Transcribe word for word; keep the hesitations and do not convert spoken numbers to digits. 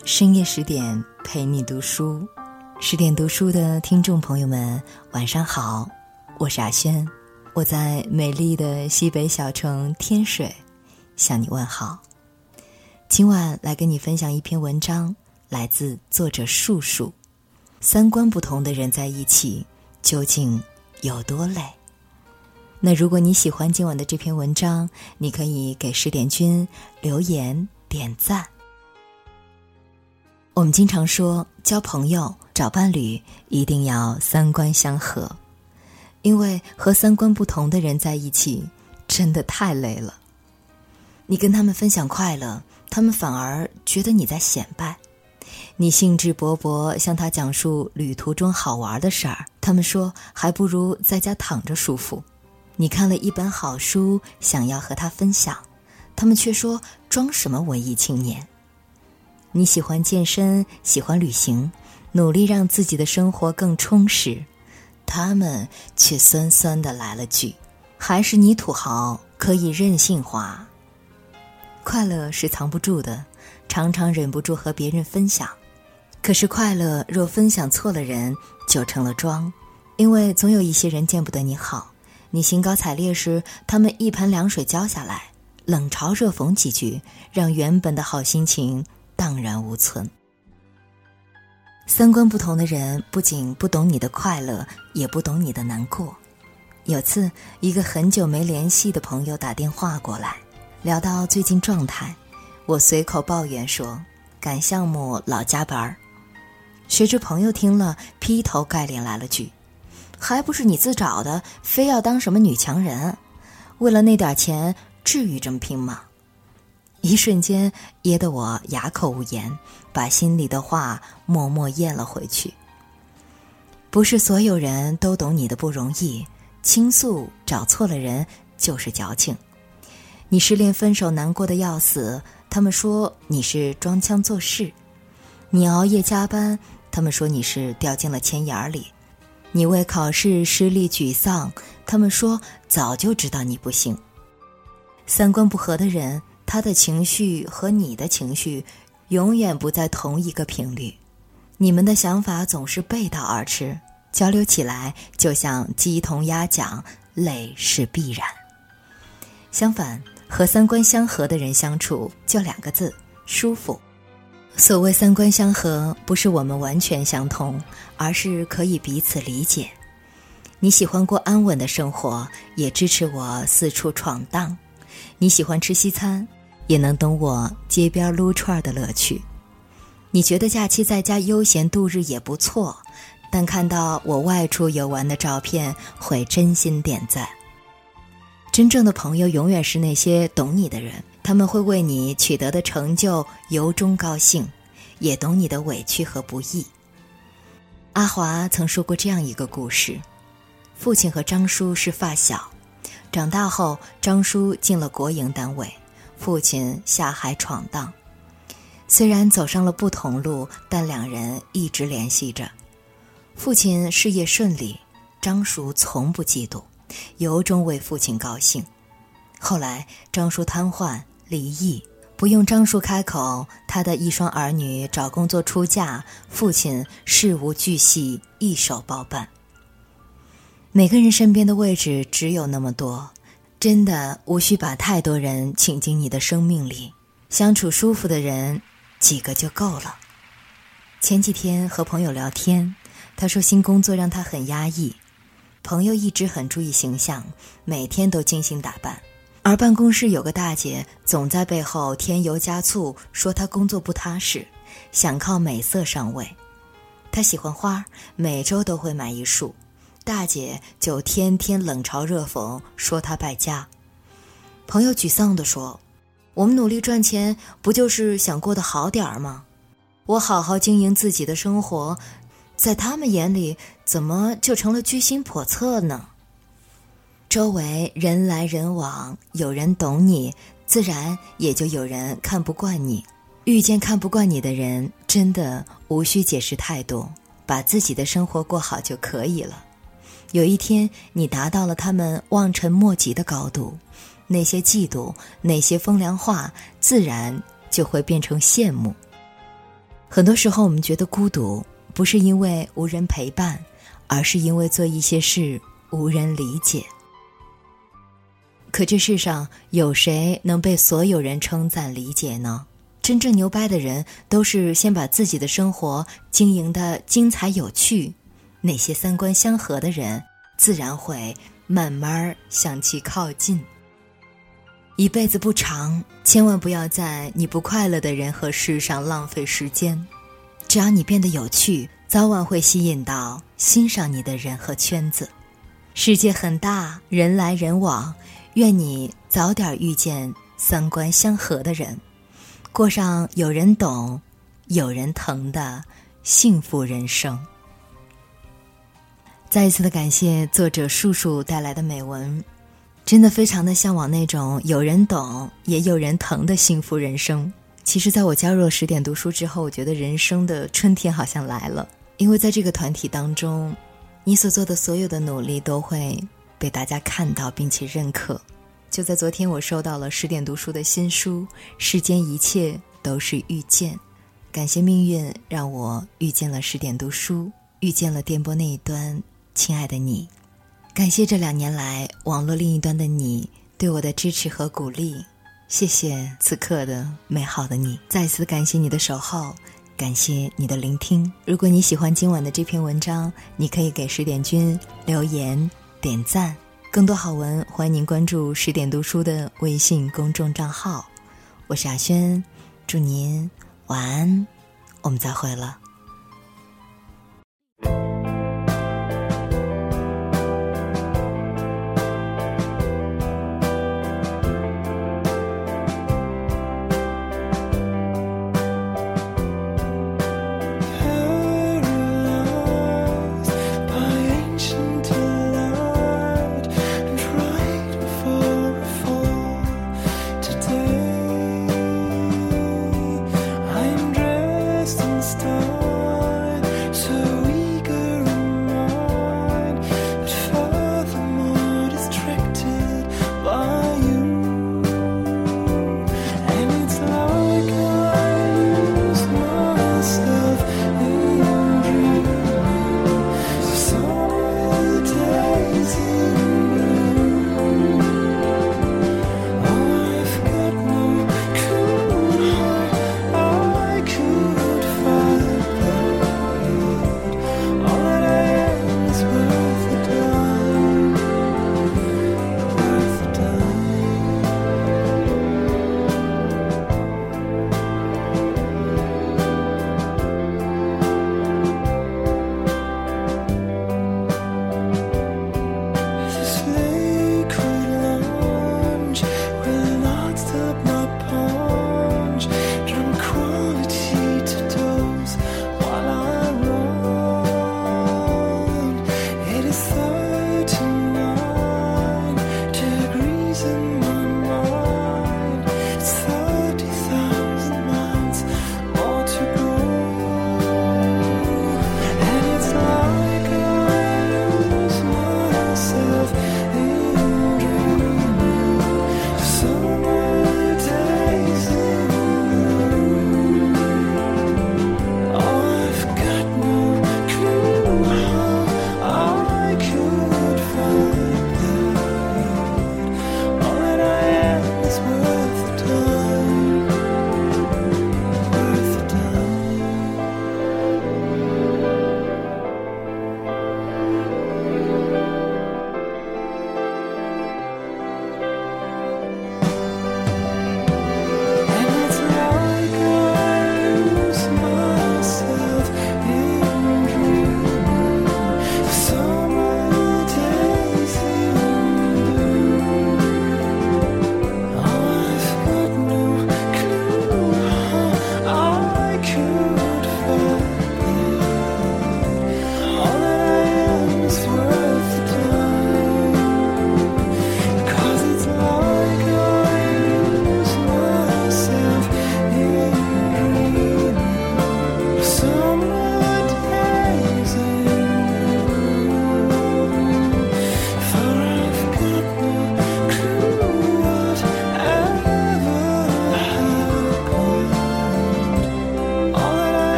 深夜十点陪你读书，十点读书的听众朋友们晚上好，我是阿轩，我在美丽的西北小城天水向你问好。今晚来跟你分享一篇文章，来自作者树树。三观不同的人在一起究竟有多累？那如果你喜欢今晚的这篇文章，你可以给十点君留言点赞。我们经常说交朋友找伴侣一定要三观相合，因为和三观不同的人在一起真的太累了。你跟他们分享快乐，他们反而觉得你在显摆；你兴致勃勃向他讲述旅途中好玩的事儿，他们说还不如在家躺着舒服；你看了一本好书想要和他分享，他们却说装什么文艺青年。你喜欢健身，喜欢旅行，努力让自己的生活更充实，他们却酸酸地来了句，还是你土豪，可以任性花。快乐是藏不住的，常常忍不住和别人分享，可是快乐若分享错了人，就成了装。因为总有一些人见不得你好，你兴高采烈时，他们一盆凉水浇下来，冷嘲热讽几句，让原本的好心情荡然无存。三观不同的人不仅不懂你的快乐，也不懂你的难过。有次一个很久没联系的朋友打电话过来，聊到最近状态，我随口抱怨说赶项目老加班。谁知朋友听了劈头盖脸来了句，还不是你自找的，非要当什么女强人，为了那点钱至于这么拼吗？一瞬间噎得我哑口无言，把心里的话默默咽了回去。不是所有人都懂你的不容易，倾诉找错了人就是矫情。你失恋分手难过的要死，他们说你是装腔作势；你熬夜加班，他们说你是掉进了钱眼里；你为考试失利沮丧，他们说早就知道你不行。三观不合的人，他的情绪和你的情绪永远不在同一个频率，你们的想法总是背道而驰，交流起来就像鸡同鸭讲，累是必然。相反，和三观相合的人相处就两个字，舒服。所谓三观相合，不是我们完全相同，而是可以彼此理解。你喜欢过安稳的生活，也支持我四处闯荡；你喜欢吃西餐，也能懂我街边撸串的乐趣。你觉得假期在家悠闲度日也不错，但看到我外出游玩的照片，会真心点赞。真正的朋友永远是那些懂你的人，他们会为你取得的成就由衷高兴，也懂你的委屈和不易。阿华曾说过这样一个故事，父亲和张叔是发小，长大后张叔进了国营单位，父亲下海闯荡。虽然走上了不同路，但两人一直联系着。父亲事业顺利，张叔从不嫉妒，由衷为父亲高兴。后来张叔瘫痪离异，不用张叔开口，他的一双儿女找工作出嫁，父亲事无巨细一手包办。每个人身边的位置只有那么多，真的无需把太多人请进你的生命里，相处舒服的人几个就够了。前几天和朋友聊天，他说新工作让他很压抑，朋友一直很注意形象，每天都精心打扮，而办公室有个大姐总在背后添油加醋，说他工作不踏实，想靠美色上位。他喜欢花，每周都会买一束，大姐就天天冷嘲热讽，说他败家。朋友沮丧地说，我们努力赚钱，不就是想过得好点儿吗？我好好经营自己的生活，在他们眼里怎么就成了居心叵测呢？周围人来人往，有人懂你，自然也就有人看不惯你。遇见看不惯你的人，真的无需解释太多，把自己的生活过好就可以了。有一天你达到了他们望尘莫及的高度，那些嫉妒，那些风凉话，自然就会变成羡慕。 很多时候我们觉得孤独，不是因为无人陪伴，而是因为做一些事无人理解。可这世上有谁能被所有人称赞理解呢？真正牛掰的人都是先把自己的生活经营得精彩有趣，那些三观相合的人自然会慢慢向其靠近。一辈子不长，千万不要在你不快乐的人和事上浪费时间。只要你变得有趣，早晚会吸引到欣赏你的人和圈子。世界很大，人来人往，愿你早点遇见三观相合的人，过上有人懂有人疼的幸福人生。再一次的感谢作者树树带来的美文，真的非常的向往那种有人懂也有人疼的幸福人生。其实在我加入了十点读书之后，我觉得人生的春天好像来了，因为在这个团体当中，你所做的所有的努力都会被大家看到并且认可。就在昨天，我收到了十点读书的新书《世间一切都是遇见》，感谢命运让我遇见了十点读书，遇见了电波那一端亲爱的你。感谢这两年来网络另一端的你对我的支持和鼓励，谢谢此刻的美好的你，再次感谢你的守候，感谢你的聆听。如果你喜欢今晚的这篇文章，你可以给十点君留言点赞，更多好文欢迎您关注十点读书的微信公众账号。我是阿轩，祝您晚安，我们再会了。